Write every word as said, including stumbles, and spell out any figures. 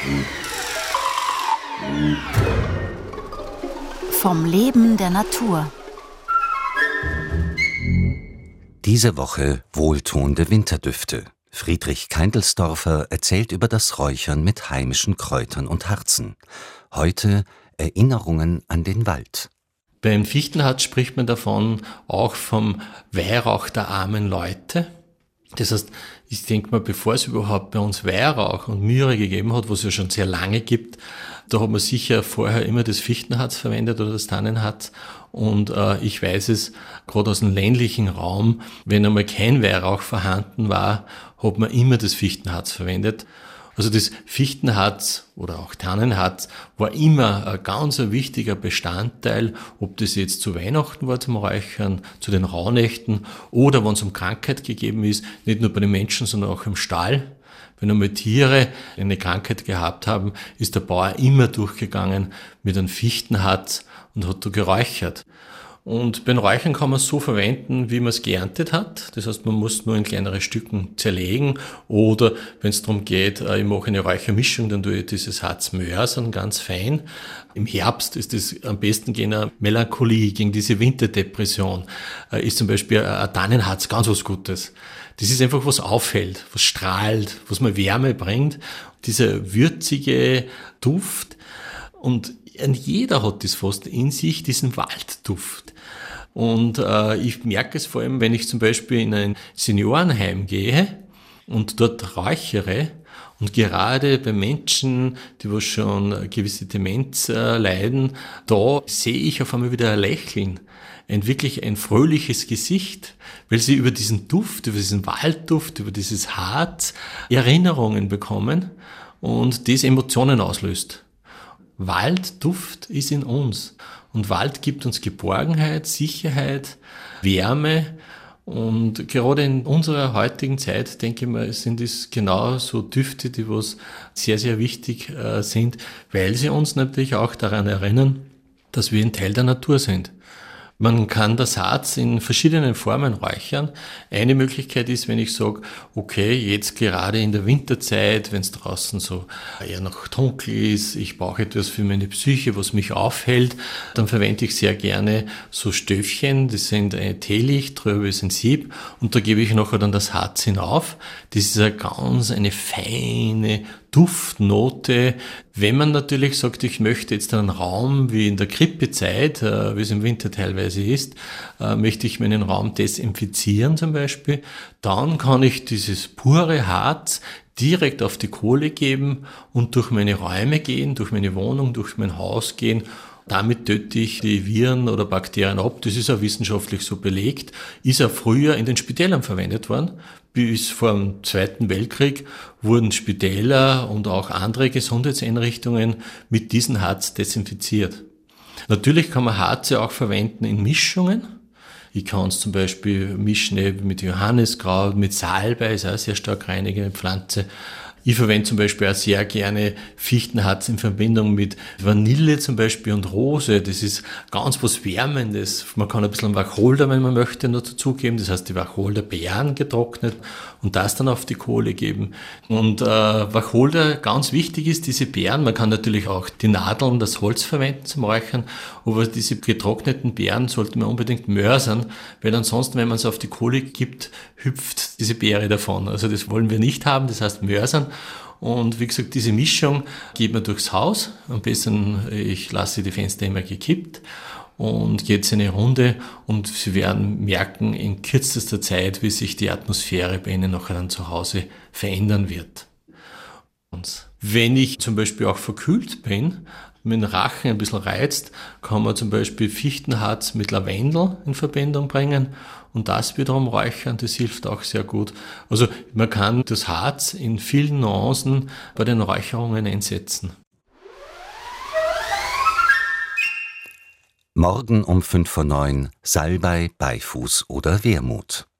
Vom Leben der Natur. Diese Woche wohltuende Winterdüfte. Friedrich Keindelsdorfer erzählt über das Räuchern mit heimischen Kräutern und Harzen. Heute Erinnerungen an den Wald. Beim Fichtenharz spricht man davon auch vom Weihrauch der armen Leute. Das heißt, ich denke mal, bevor es überhaupt bei uns Weihrauch und Myrrhe gegeben hat, was es ja schon sehr lange gibt, da hat man sicher vorher immer das Fichtenharz verwendet oder das Tannenharz. Und äh, ich weiß es, gerade aus dem ländlichen Raum, wenn einmal kein Weihrauch vorhanden war, hat man immer das Fichtenharz verwendet. Also das Fichtenharz oder auch Tannenharz war immer ein ganz ein wichtiger Bestandteil, ob das jetzt zu Weihnachten war zum Räuchern, zu den Rauhnächten oder wenn es um Krankheit gegeben ist, nicht nur bei den Menschen, sondern auch im Stall. Wenn einmal Tiere eine Krankheit gehabt haben, ist der Bauer immer durchgegangen mit einem Fichtenharz und hat da geräuchert. Und beim Räuchern kann man es so verwenden, wie man es geerntet hat. Das heißt, man muss nur in kleinere Stücken zerlegen. Oder wenn es darum geht, ich mache eine Räuchermischung, dann tue ich dieses Harz mörsern, ganz fein. Im Herbst ist es am besten gegen eine Melancholie, gegen diese Winterdepression. Ist zum Beispiel ein Tannenharz ganz was Gutes. Das ist einfach, was auffällt, was strahlt, was mir Wärme bringt. Dieser würzige Duft. Und jeder hat das fast in sich, diesen Waldduft. Und äh, ich merke es vor allem, wenn ich zum Beispiel in ein Seniorenheim gehe und dort räuchere. Und gerade bei Menschen, die was schon eine gewisse Demenz äh, leiden, da sehe ich auf einmal wieder ein Lächeln. Ein wirklich ein fröhliches Gesicht, weil sie über diesen Duft, über diesen Waldduft, über dieses Harz Erinnerungen bekommen und das Emotionen auslöst. Waldduft ist in uns und Wald gibt uns Geborgenheit, Sicherheit, Wärme und gerade in unserer heutigen Zeit, denke ich mal, sind es genau so Düfte, die was sehr, sehr wichtig äh, sind, weil sie uns natürlich auch daran erinnern, dass wir ein Teil der Natur sind. Man kann das Harz in verschiedenen Formen räuchern. Eine Möglichkeit ist, wenn ich sage, okay, jetzt gerade in der Winterzeit, wenn es draußen so eher noch dunkel ist, ich brauche etwas für meine Psyche, was mich aufhält, dann verwende ich sehr gerne so Stöfchen, das sind ein Teelicht, drüber ist ein Sieb und da gebe ich nachher dann das Harz hinauf. Das ist eine ganz eine feine Duftnote. Wenn man natürlich sagt, ich möchte jetzt einen Raum wie in der Grippezeit, äh, wie es im Winter teilweise ist, äh, möchte ich meinen Raum desinfizieren zum Beispiel, dann kann ich dieses pure Harz direkt auf die Kohle geben und durch meine Räume gehen, durch meine Wohnung, durch mein Haus gehen. Damit töte ich die Viren oder Bakterien ab. Das ist auch wissenschaftlich so belegt. Ist auch früher in den Spitälern verwendet worden. Bis vor dem Zweiten Weltkrieg wurden Spitäler und auch andere Gesundheitseinrichtungen mit diesem Harz desinfiziert. Natürlich kann man Harze auch verwenden in Mischungen. Ich kann es zum Beispiel mischen mit Johanniskraut, mit Salbei, ist auch eine sehr stark reinigende Pflanze. Ich verwende zum Beispiel auch sehr gerne Fichtenharz in Verbindung mit Vanille zum Beispiel und Rose. Das ist ganz was Wärmendes. Man kann ein bisschen Wacholder, wenn man möchte, noch dazugeben. Das heißt, die Wacholderbeeren getrocknet und das dann auf die Kohle geben. Und äh, Wacholder, ganz wichtig ist, diese Beeren, man kann natürlich auch die Nadeln, das Holz verwenden zum Räuchern, aber diese getrockneten Beeren sollte man unbedingt mörsern, weil ansonsten, wenn man es auf die Kohle gibt, hüpft diese Beere davon. Also das wollen wir nicht haben, das heißt mörsern. Und wie gesagt, diese Mischung geht man durchs Haus. Am besten, ich lasse die Fenster immer gekippt und geht eine Runde und Sie werden merken in kürzester Zeit, wie sich die Atmosphäre bei Ihnen nachher dann zu Hause verändern wird. Und wenn ich zum Beispiel auch verkühlt bin, mit dem Rachen ein bisschen reizt, kann man zum Beispiel Fichtenharz mit Lavendel in Verbindung bringen und das wiederum räuchern, das hilft auch sehr gut. Also man kann das Harz in vielen Nuancen bei den Räucherungen einsetzen. Morgen um fünf vor neun Salbei, Beifuß oder Wermut.